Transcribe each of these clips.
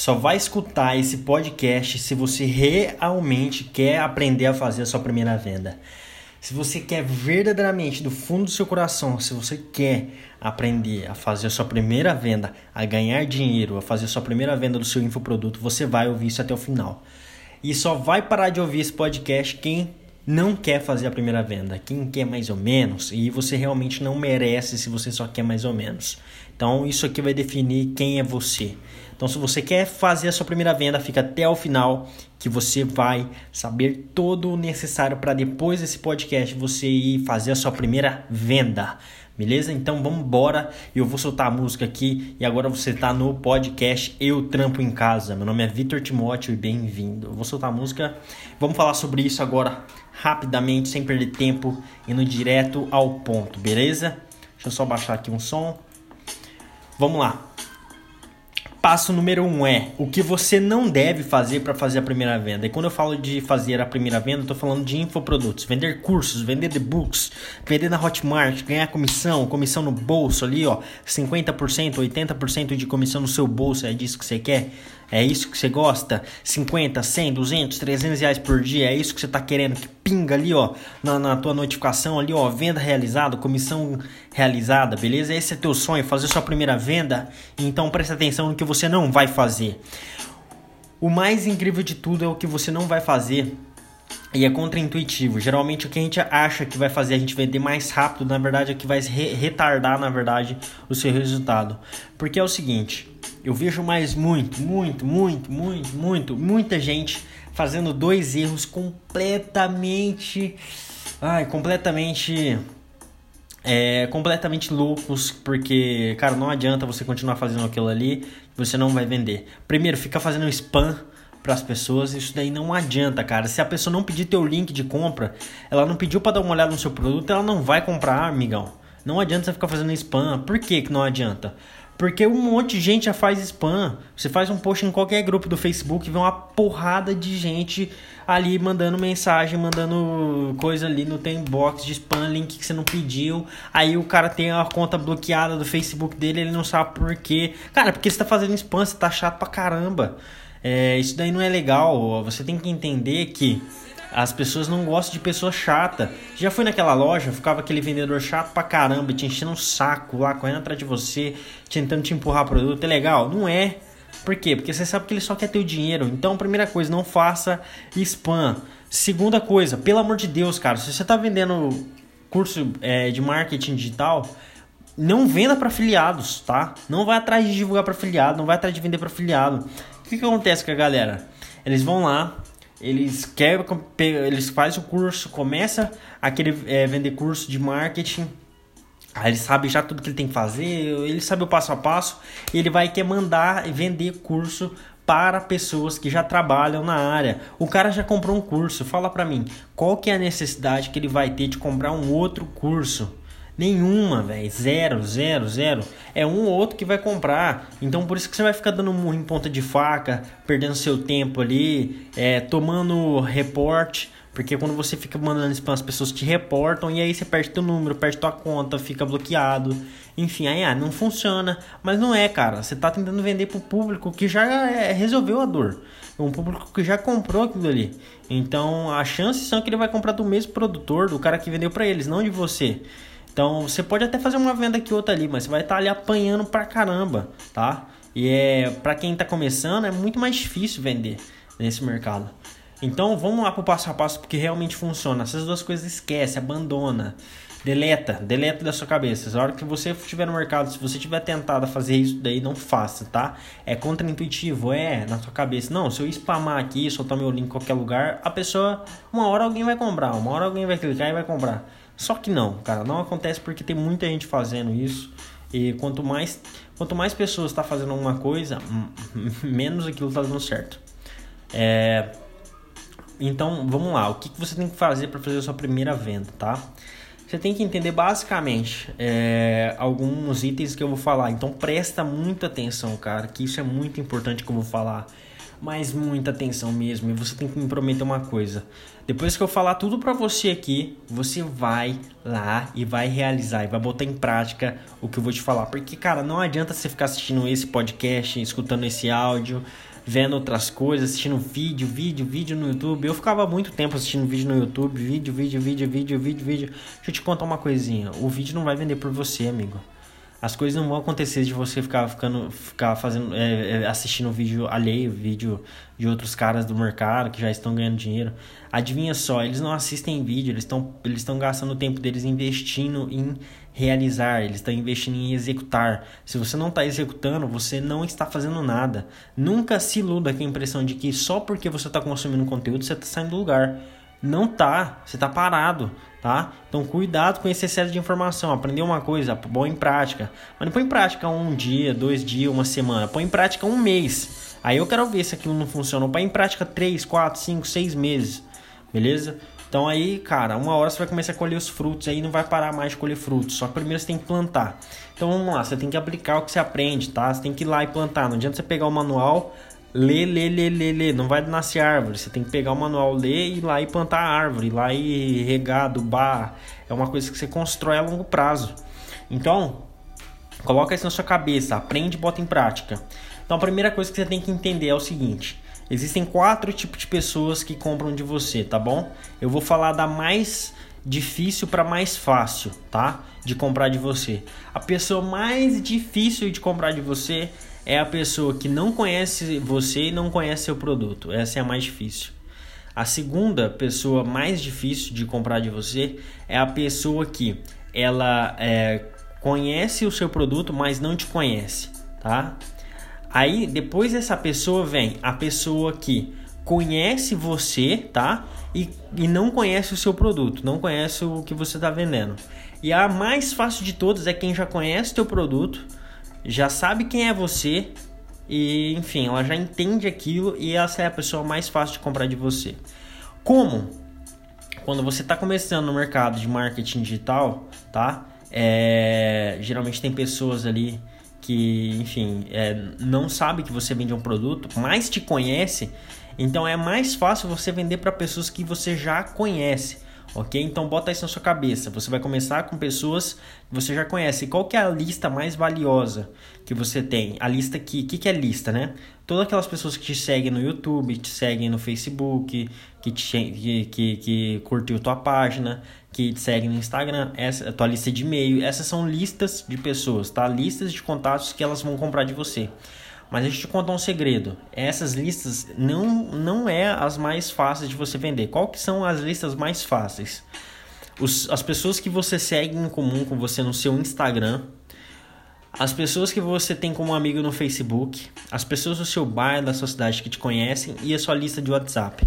só vai escutar esse podcast se você realmente quer aprender a fazer a sua primeira venda. Se você quer verdadeiramente, do fundo do seu coração, se você quer aprender a fazer a sua primeira venda, a ganhar dinheiro, a fazer a sua primeira venda do seu infoproduto, você vai ouvir isso até o final. E só vai parar de ouvir esse podcast quem não quer fazer a primeira venda, quem quer mais ou menos, e você realmente não merece se você só quer mais ou menos. Então isso aqui vai definir quem é você. Então se você quer fazer a sua primeira venda, fica até o final que você vai saber todo o necessário para depois desse podcast você ir fazer a sua primeira venda. Beleza? Então vamos embora. Eu vou soltar a música aqui e agora você está no podcast Eu Trampo em Casa. Meu nome é Vitor Timóteo e bem-vindo. Eu vou soltar a música. Vamos falar sobre isso agora rapidamente, sem perder tempo, indo direto ao ponto, beleza? Deixa eu só baixar aqui um som. Vamos lá. Passo número 1 é o que você não deve fazer para fazer a primeira venda. E quando eu falo de fazer a primeira venda, eu estou falando de infoprodutos. Vender cursos, vender e-books, vender na Hotmart, ganhar comissão no bolso ali, ó, 50%, 80% de comissão no seu bolso. É disso que você quer? É isso que você gosta? 50, 100, 200, 300 reais por dia, é isso que você está querendo que pinga ali, ó, na tua notificação ali, ó, venda realizada, comissão realizada, beleza? Esse é teu sonho, fazer sua primeira venda? Então presta atenção no que você não vai fazer. O mais incrível de tudo é o que você não vai fazer. E é contraintuitivo. Geralmente o que a gente acha que vai fazer a gente vender mais rápido, na verdade é que vai retardar, na verdade, o seu resultado. Porque é o seguinte, eu vejo mais muita gente fazendo dois erros completamente loucos, porque, cara, não adianta você continuar fazendo aquilo ali, você não vai vender. Primeiro, fica fazendo spam para as pessoas, isso daí não adianta, cara. Se a pessoa não pedir teu link de compra, ela não pediu para dar uma olhada no seu produto, ela não vai comprar, amigão. Não adianta você ficar fazendo spam. Por que não adianta? Porque um monte de gente já faz spam. Você faz um post em qualquer grupo do Facebook e vê uma porrada de gente ali mandando mensagem, mandando coisa ali no teu inbox de spam, link que você não pediu. Aí o cara tem a conta bloqueada do Facebook dele, ele não sabe por quê. Cara, porque você tá fazendo spam, você tá chato pra caramba. Isso daí não é legal. Você tem que entender que as pessoas não gostam de pessoa chata. Já foi naquela loja, ficava aquele vendedor chato pra caramba, te enchendo um saco lá, correndo atrás de você, tentando te empurrar produto. É legal? Não é. Por quê? Porque você sabe que ele só quer teu dinheiro. Então, primeira coisa, não faça spam. Segunda coisa, pelo amor de Deus, cara, se você tá vendendo curso de marketing digital, não venda para afiliados, tá? Não vai atrás de divulgar para afiliado, não vai atrás de vender para afiliado. O que acontece com a galera? Eles vão lá, eles fazem o curso, começa a querer vender curso de marketing. Aí ele sabe já tudo que ele tem que fazer, ele sabe o passo a passo, e ele vai querer mandar vender curso para pessoas que já trabalham na área. O cara já comprou um curso, fala pra mim, qual que é a necessidade que ele vai ter de comprar um outro curso? Nenhuma, velho. Zero. É um ou outro que vai comprar. Então por isso que você vai ficar dando murro em ponta de faca, perdendo seu tempo ali, tomando reporte. Porque quando você fica mandando spam, as pessoas te reportam e aí você perde teu número, perde tua conta, fica bloqueado. Enfim, aí não funciona. Mas não é, cara. Você tá tentando vender pro público que já resolveu a dor. Um público que já comprou aquilo ali. Então as chances são que ele vai comprar do mesmo produtor, do cara que vendeu pra eles, não de você. Então você pode até fazer uma venda aqui outra ali, mas você vai estar ali apanhando pra caramba, tá? E pra quem tá começando é muito mais difícil vender nesse mercado. Então vamos lá pro passo a passo, porque realmente funciona. Essas duas coisas esquece, abandona, deleta da sua cabeça. A hora que você estiver no mercado, se você tiver tentado fazer isso daí, não faça, tá? É contraintuitivo, na sua cabeça. Não, se eu spamar aqui, soltar meu link em qualquer lugar, a pessoa, uma hora alguém vai comprar, uma hora alguém vai clicar e vai comprar. Só que não, cara, não acontece porque tem muita gente fazendo isso. E quanto mais pessoas tá fazendo alguma coisa, menos aquilo tá dando certo. Então, vamos lá. O que você tem que fazer para fazer a sua primeira venda, tá? Você tem que entender basicamente alguns itens que eu vou falar. Então, presta muita atenção, cara, que isso é muito importante que eu vou falar. Mas muita atenção mesmo. E você tem que me prometer uma coisa. Depois que eu falar tudo pra você aqui, você vai lá e vai realizar e vai botar em prática o que eu vou te falar. Porque, cara, não adianta você ficar assistindo esse podcast, escutando esse áudio. vendo outras coisas, assistindo vídeo no YouTube. Eu ficava muito tempo assistindo vídeo no YouTube, vídeo. Deixa eu te contar uma coisinha, o vídeo não vai vender por você, amigo. As coisas não vão acontecer de você ficar fazendo, assistindo vídeo alheio, vídeo de outros caras do mercado que já estão ganhando dinheiro. Adivinha só, eles não assistem vídeo, eles estão gastando o tempo deles investindo em realizar, eles estão investindo em executar. Se você não está executando, você não está fazendo nada. Nunca se iluda com a impressão de que só porque você está consumindo conteúdo, você está saindo do lugar. Não tá, você tá parado, tá? Então cuidado com esse excesso de informação. Aprender uma coisa, põe em prática. Mas não põe em prática 1 dia, 2 dias, 1 semana. Põe em prática 1 mês. Aí eu quero ver se aquilo não funciona. Põe em prática 3, 4, 5, 6 meses. Beleza? Então aí, cara, uma hora você vai começar a colher os frutos. Aí não vai parar mais de colher frutos. Só que primeiro você tem que plantar. Então vamos lá, você tem que aplicar o que você aprende, tá? Você tem que ir lá e plantar. Não adianta você pegar o manual... Lê. Não vai nascer árvore. Você tem que pegar o manual, ler e ir lá e plantar a árvore. Ir lá e regar, adubar. É uma coisa que você constrói a longo prazo. Então, coloca isso na sua cabeça. Aprende e bota em prática. Então, a primeira coisa que você tem que entender é o seguinte. Existem 4 tipos de pessoas que compram de você, tá bom? Eu vou falar da mais difícil para mais fácil, tá? De comprar de você. A pessoa mais difícil de comprar de você é a pessoa que não conhece você e não conhece seu produto. Essa é a mais difícil. A segunda pessoa mais difícil de comprar de você é a pessoa que ela conhece o seu produto, mas não te conhece, tá? Aí, depois dessa pessoa vem a pessoa que conhece você, tá? E não conhece o seu produto, não conhece o que você está vendendo. E a mais fácil de todas é quem já conhece o teu produto, já sabe quem é você e, enfim, ela já entende aquilo e essa é a pessoa mais fácil de comprar de você. Como? Quando você está começando no mercado de marketing digital, tá? Geralmente tem pessoas ali que, enfim, não sabe que você vende um produto, mas te conhece, então é mais fácil você vender para pessoas que você já conhece. Ok? Então bota isso na sua cabeça. Você vai começar com pessoas que você já conhece. Qual que é a lista mais valiosa que você tem? A lista que é lista, né? Todas aquelas pessoas que te seguem no YouTube, te seguem no Facebook, que curtiu tua página, que te seguem no Instagram, essa a tua lista de e-mail. Essas são listas de pessoas, tá? Listas de contatos que elas vão comprar de você. Mas deixa eu te contar um segredo. Essas listas não é as mais fáceis de você vender. Qual que são as listas mais fáceis? As pessoas que você segue em comum com você no seu Instagram, as pessoas que você tem como amigo no Facebook, as pessoas do seu bairro, da sua cidade que te conhecem e a sua lista de WhatsApp.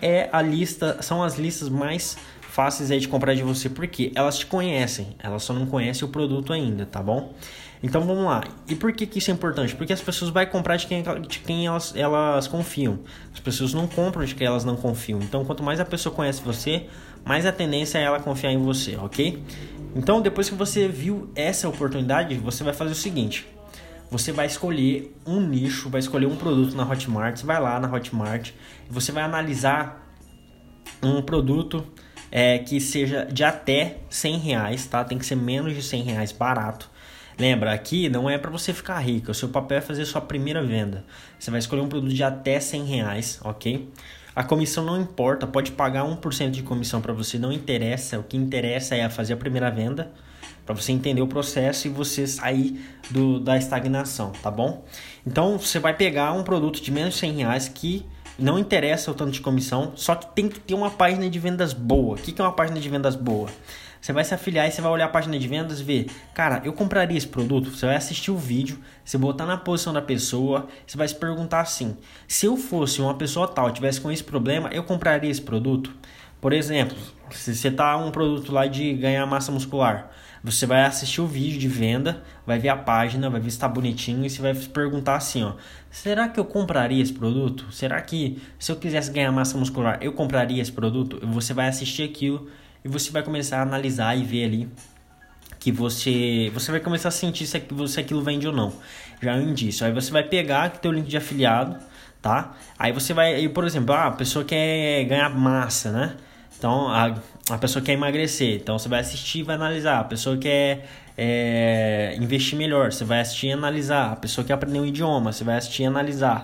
São as listas mais fáceis aí de comprar de você, porque elas te conhecem, elas só não conhecem o produto ainda, tá bom? Então vamos lá. E por que isso é importante? Porque as pessoas vão comprar de quem elas confiam. As pessoas não compram de quem elas não confiam. Então quanto mais a pessoa conhece você, mais a tendência é ela confiar em você, ok? Então depois que você viu essa oportunidade, você vai fazer o seguinte. Você vai escolher um nicho, vai escolher um produto na Hotmart. Você vai lá na Hotmart e você vai analisar um produto que seja de até R$100, tá? Tem que ser menos de R$100, barato. Lembra, aqui não é para você ficar rico, o seu papel é fazer sua primeira venda. Você vai escolher um produto de até R$100, ok? A comissão não importa, pode pagar 1% de comissão para você, não interessa. O que interessa é fazer a primeira venda, para você entender o processo e você sair da estagnação, tá bom? Então, você vai pegar um produto de menos de R$100 que não interessa o tanto de comissão, só que tem que ter uma página de vendas boa. O que é uma página de vendas boa? Você vai se afiliar e você vai olhar a página de vendas e ver, cara, eu compraria esse produto? Você vai assistir o vídeo, você botar na posição da pessoa, você vai se perguntar assim, se eu fosse uma pessoa tal, tivesse com esse problema, eu compraria esse produto? Por exemplo, se você tá um produto lá de ganhar massa muscular, você vai assistir o vídeo de venda, vai ver a página, vai ver se tá bonitinho e você vai se perguntar assim, ó, será que eu compraria esse produto? Será que se eu quisesse ganhar massa muscular, eu compraria esse produto? E você vai assistir aquilo e você vai começar a analisar e ver ali que você vai começar a sentir se aquilo vende ou não. Já é um indício. Aí você vai pegar teu link de afiliado, tá? Aí você vai, por exemplo, a pessoa quer ganhar massa, né? Então, a pessoa quer emagrecer. Então, você vai assistir e vai analisar. A pessoa quer investir melhor. Você vai assistir e analisar. A pessoa quer aprender um idioma. Você vai assistir e analisar.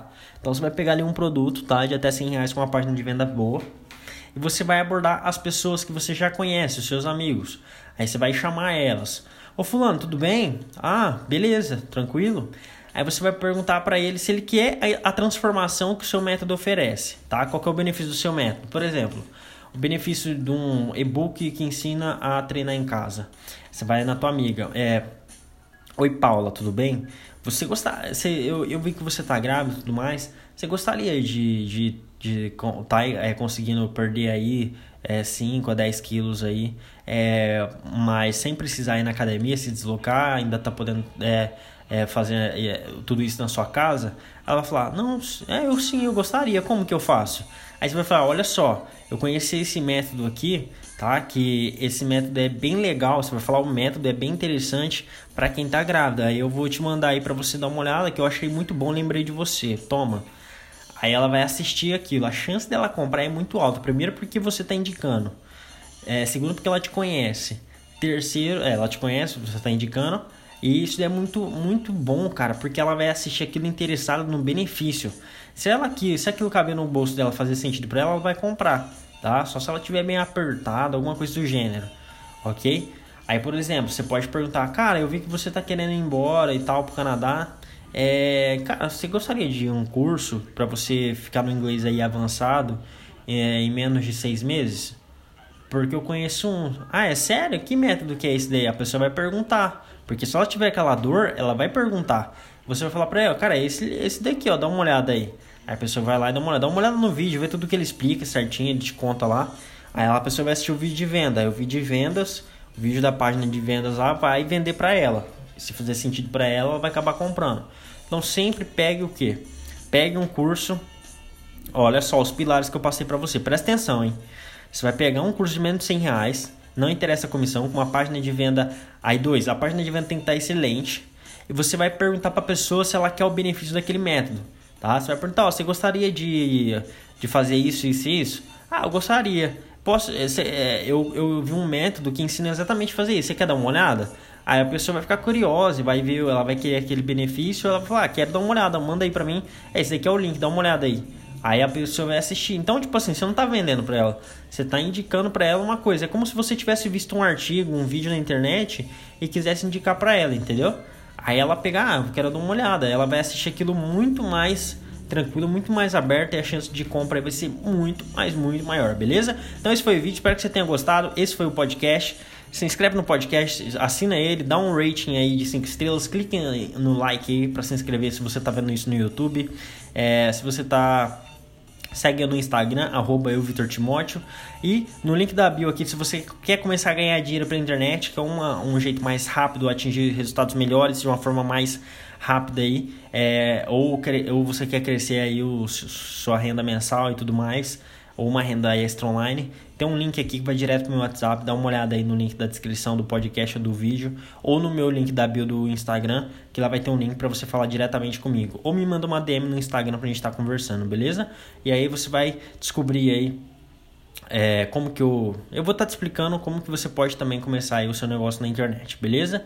Então você vai pegar ali um produto, tá, de até R$100 com uma página de venda boa. E você vai abordar as pessoas que você já conhece, os seus amigos. Aí você vai chamar elas. Ô fulano, tudo bem? Ah, beleza, tranquilo? Aí você vai perguntar para ele se ele quer a transformação que o seu método oferece, tá? Qual que é o benefício do seu método? Por exemplo, o benefício de um e-book que ensina a treinar em casa. Você vai na tua amiga. Oi Paula, tudo bem? Eu vi que você tá grávida e tudo mais. Você gostaria de conseguindo perder aí 5 a 10 quilos aí, mas sem precisar ir na academia, se deslocar, ainda tá podendo fazer tudo isso na sua casa? Ela vai falar, não, eu gostaria, como que eu faço? Aí você vai falar, olha só, eu conheci esse método aqui, tá? Que esse método é bem legal. Você vai falar, o método é bem interessante para quem tá grávida. Aí eu vou te mandar aí para você dar uma olhada, que eu achei muito bom, lembrei de você. Toma. Aí ela vai assistir aquilo. A chance dela comprar é muito alta. Primeiro, porque você tá indicando. Segundo, porque ela te conhece. Terceiro, ela te conhece, você tá indicando. E isso é muito, muito bom, cara, porque ela vai assistir aquilo interessada no benefício. Se aquilo caber no bolso dela, fazer sentido para ela, ela vai comprar, tá? Só se ela estiver bem apertada, alguma coisa do gênero, ok? Aí, por exemplo, você pode perguntar, cara, eu vi que você tá querendo ir embora e tal pro Canadá. Cara, você gostaria de um curso para você ficar no inglês aí avançado em menos de 6 meses? Porque eu conheço um. Ah, é sério? Que método que é esse daí? A pessoa vai perguntar. Porque se ela tiver aquela dor, ela vai perguntar. Você vai falar pra ela, cara, esse daqui, ó, dá uma olhada aí. Aí a pessoa vai lá e dá uma olhada no vídeo, vê tudo que ele explica certinho, ele te conta lá. Aí a pessoa vai assistir o vídeo de venda. Aí o vídeo de vendas, o vídeo da página de vendas lá, vai vender pra ela. Se fizer sentido pra ela, ela vai acabar comprando. Então sempre pegue o quê? Pegue um curso. Olha só os pilares que eu passei pra você. Presta atenção, hein? Você vai pegar um curso de menos de R$100, não interessa a comissão, com uma página de venda. Aí a página de venda tem que estar excelente. E você vai perguntar para a pessoa se ela quer o benefício daquele método, tá? Você vai perguntar, você gostaria de fazer isso, isso e isso? Ah, eu gostaria. Eu vi um método que ensina exatamente a fazer isso. Você quer dar uma olhada? Aí a pessoa vai ficar curiosa e vai ver, ela vai querer aquele benefício. Ela vai falar, quero dar uma olhada, manda aí para mim. Esse aqui é o link, dá uma olhada aí. Aí a pessoa vai assistir. Então, tipo assim, você não tá vendendo pra ela, você tá indicando pra ela uma coisa. É como se você tivesse visto um artigo, um vídeo na internet e quisesse indicar pra ela, entendeu? Aí ela pegar, eu quero dar uma olhada. Ela vai assistir aquilo muito mais tranquilo, muito mais aberto, e a chance de compra vai ser muito, mas muito maior, beleza? Então esse foi o vídeo, espero que você tenha gostado. Esse foi o podcast. Se inscreve no podcast, assina ele, dá um rating aí de 5 estrelas, clique no like aí pra se inscrever se você tá vendo isso no YouTube. Se você tá... Segue no Instagram, @euvitortimoteo. E no link da bio aqui, se você quer começar a ganhar dinheiro pela internet, que é um jeito mais rápido de atingir resultados melhores, de uma forma mais rápida aí, ou você quer crescer aí sua renda mensal e tudo mais, ou uma renda extra online, tem um link aqui que vai direto pro meu WhatsApp. Dá uma olhada aí no link da descrição do podcast ou do vídeo, ou no meu link da bio do Instagram, que lá vai ter um link para você falar diretamente comigo, ou me manda uma DM no Instagram pra gente estar conversando, beleza? E aí você vai descobrir aí como que eu vou estar te explicando como que você pode também começar aí o seu negócio na internet, beleza?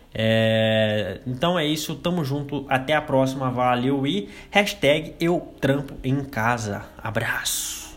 Então é isso, tamo junto, até a próxima, valeu e #eu trampo em casa, abraço.